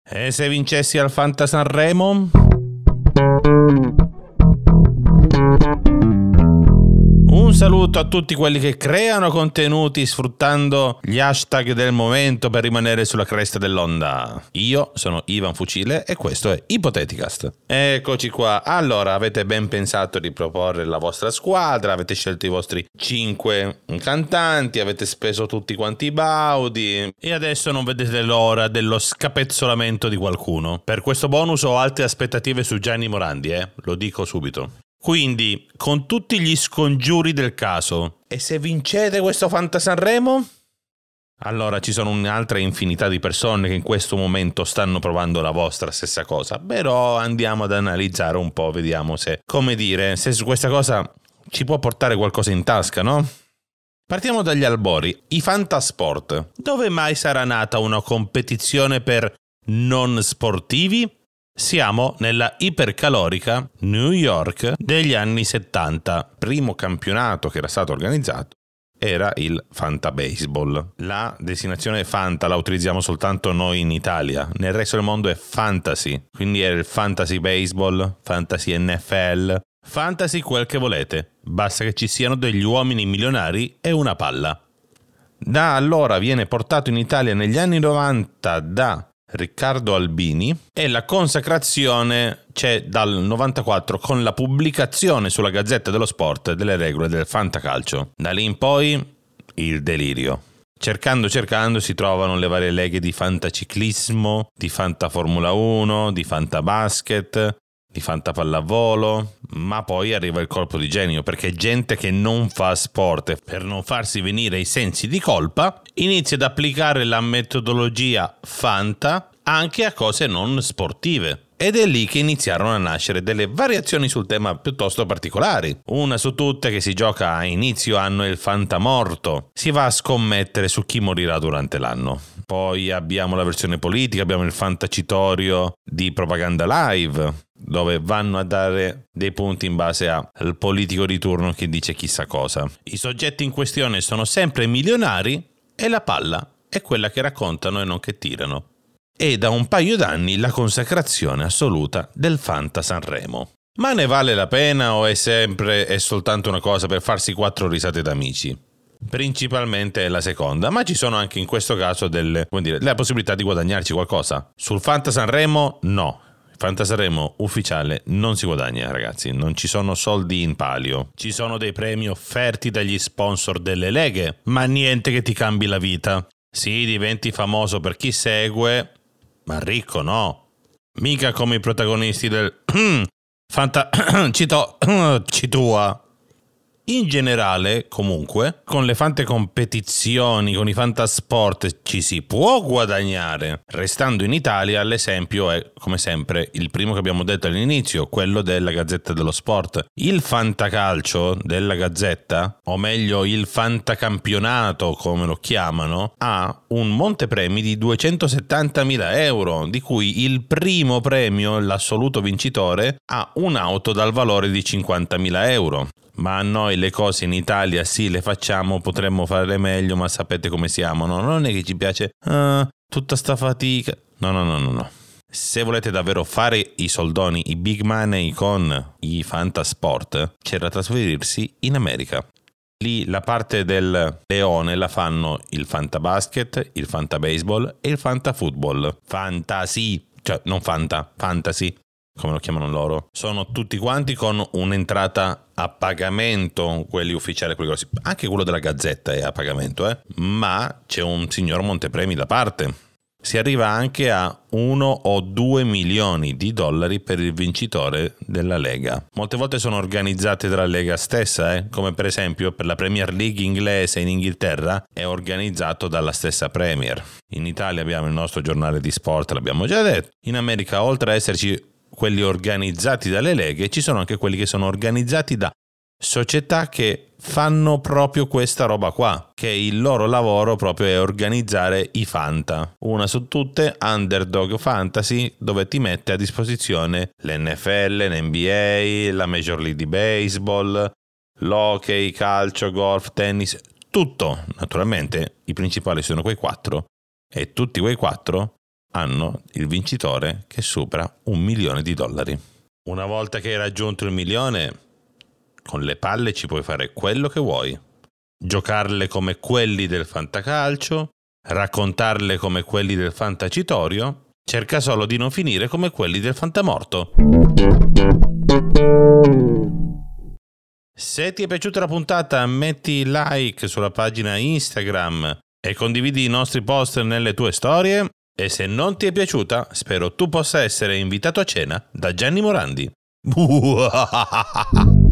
E se vincessi al Fanta Sanremo? Un saluto a tutti quelli che creano contenuti sfruttando gli hashtag del momento per rimanere sulla cresta dell'onda. Io sono Ivan Fucile e questo è Ipoteticast. Eccoci qua. Allora, avete ben pensato di proporre la vostra squadra, avete scelto i vostri 5 cantanti, avete speso tutti quanti i baudi e adesso non vedete l'ora dello scapezzolamento di qualcuno. Per questo bonus ho alte aspettative su Gianni Morandi, lo dico subito. Quindi, con tutti gli scongiuri del caso, e se vincete questo Fanta Sanremo? Allora ci sono un'altra infinità di persone che in questo momento stanno provando la vostra stessa cosa, però andiamo ad analizzare un po', vediamo se su questa cosa ci può portare qualcosa in tasca, no? Partiamo dagli albori, i Fantasport. Dove mai sarà nata una competizione per non sportivi? Siamo nella ipercalorica New York degli anni 70. Primo campionato che era stato organizzato era il Fanta Baseball. La destinazione Fanta la utilizziamo soltanto noi in Italia, nel resto del mondo è Fantasy, quindi è il Fantasy Baseball, Fantasy NFL, Fantasy quel che volete, basta che ci siano degli uomini milionari e una palla. Da allora viene portato in Italia negli anni 90 da Riccardo Albini e la consacrazione c'è dal 94 con la pubblicazione sulla Gazzetta dello Sport delle regole del fantacalcio. Da lì in poi il delirio. Cercando si trovano le varie leghe di fantaciclismo, di fanta Formula 1, di fanta basket, di fanta pallavolo, ma poi arriva il colpo di genio perché gente che non fa sport per non farsi venire i sensi di colpa inizia ad applicare la metodologia Fanta anche a cose non sportive. Ed è lì che iniziarono a nascere delle variazioni sul tema piuttosto particolari. Una su tutte che si gioca a inizio anno è il fantamorto. Si va a scommettere su chi morirà durante l'anno. Poi abbiamo la versione politica, abbiamo il fantacitorio di propaganda live, dove vanno a dare dei punti in base al politico di turno che dice chissà cosa. I soggetti in questione sono sempre milionari e la palla è quella che raccontano e non che tirano. E da un paio d'anni la consacrazione assoluta del Fanta Sanremo. Ma ne vale la pena o è soltanto una cosa per farsi 4 risate d'amici? Principalmente è la seconda, ma ci sono anche in questo caso la possibilità di guadagnarci qualcosa. Sul Fanta Sanremo no. Il Fanta Sanremo ufficiale non si guadagna, ragazzi, non ci sono soldi in palio. Ci sono dei premi offerti dagli sponsor delle leghe, ma niente che ti cambi la vita. Sì, diventi famoso per chi segue, ma ricco no. Mica come i protagonisti del Fanta Citua. In generale, comunque, con le fante competizioni, con i fantasport ci si può guadagnare. Restando in Italia, l'esempio è, come sempre, il primo che abbiamo detto all'inizio, quello della Gazzetta dello Sport. Il fantacalcio della Gazzetta, o meglio il fantacampionato, come lo chiamano, ha un montepremi di 270.000 euro, di cui il primo premio, l'assoluto vincitore, ha un'auto dal valore di 50.000 euro. Ma noi le cose in Italia sì le facciamo, potremmo fare meglio, ma sapete come siamo, no? Non è che ci piace tutta sta fatica. No. Se volete davvero fare i soldoni, i big money con i fantasport, c'è da trasferirsi in America. Lì la parte del leone la fanno il fantabasket, il fantabaseball e il fantafootball. Fantasy, cioè non fantasy, come lo chiamano loro. Sono tutti quanti con un'entrata a pagamento, quelli ufficiali, quelli grossi. Anche quello della Gazzetta è a pagamento, ma c'è un signor montepremi da parte. Si arriva anche a 1 o 2 milioni di dollari per il vincitore della Lega. Molte volte sono organizzate dalla Lega stessa, come per esempio per la Premier League inglese in Inghilterra è organizzato dalla stessa Premier. In Italia abbiamo il nostro giornale di sport, l'abbiamo già detto. In America, oltre a esserci quelli organizzati dalle leghe, ci sono anche quelli che sono organizzati da società che fanno proprio questa roba qua, che il loro lavoro proprio è organizzare i Fanta. Una su tutte, Underdog Fantasy, dove ti mette a disposizione l'NFL, l'NBA, la Major League di Baseball, l'hockey, calcio, golf, tennis, tutto. Naturalmente i principali sono quei 4 e tutti quei 4 hanno il vincitore che supera $1.000.000. Una volta che hai raggiunto il 1.000.000, con le palle ci puoi fare quello che vuoi. Giocarle come quelli del fantacalcio, raccontarle come quelli del fantacitorio, cerca solo di non finire come quelli del fantamorto. Se ti è piaciuta la puntata, metti like sulla pagina Instagram e condividi i nostri post nelle tue storie. E se non ti è piaciuta, spero tu possa essere invitato a cena da Gianni Morandi.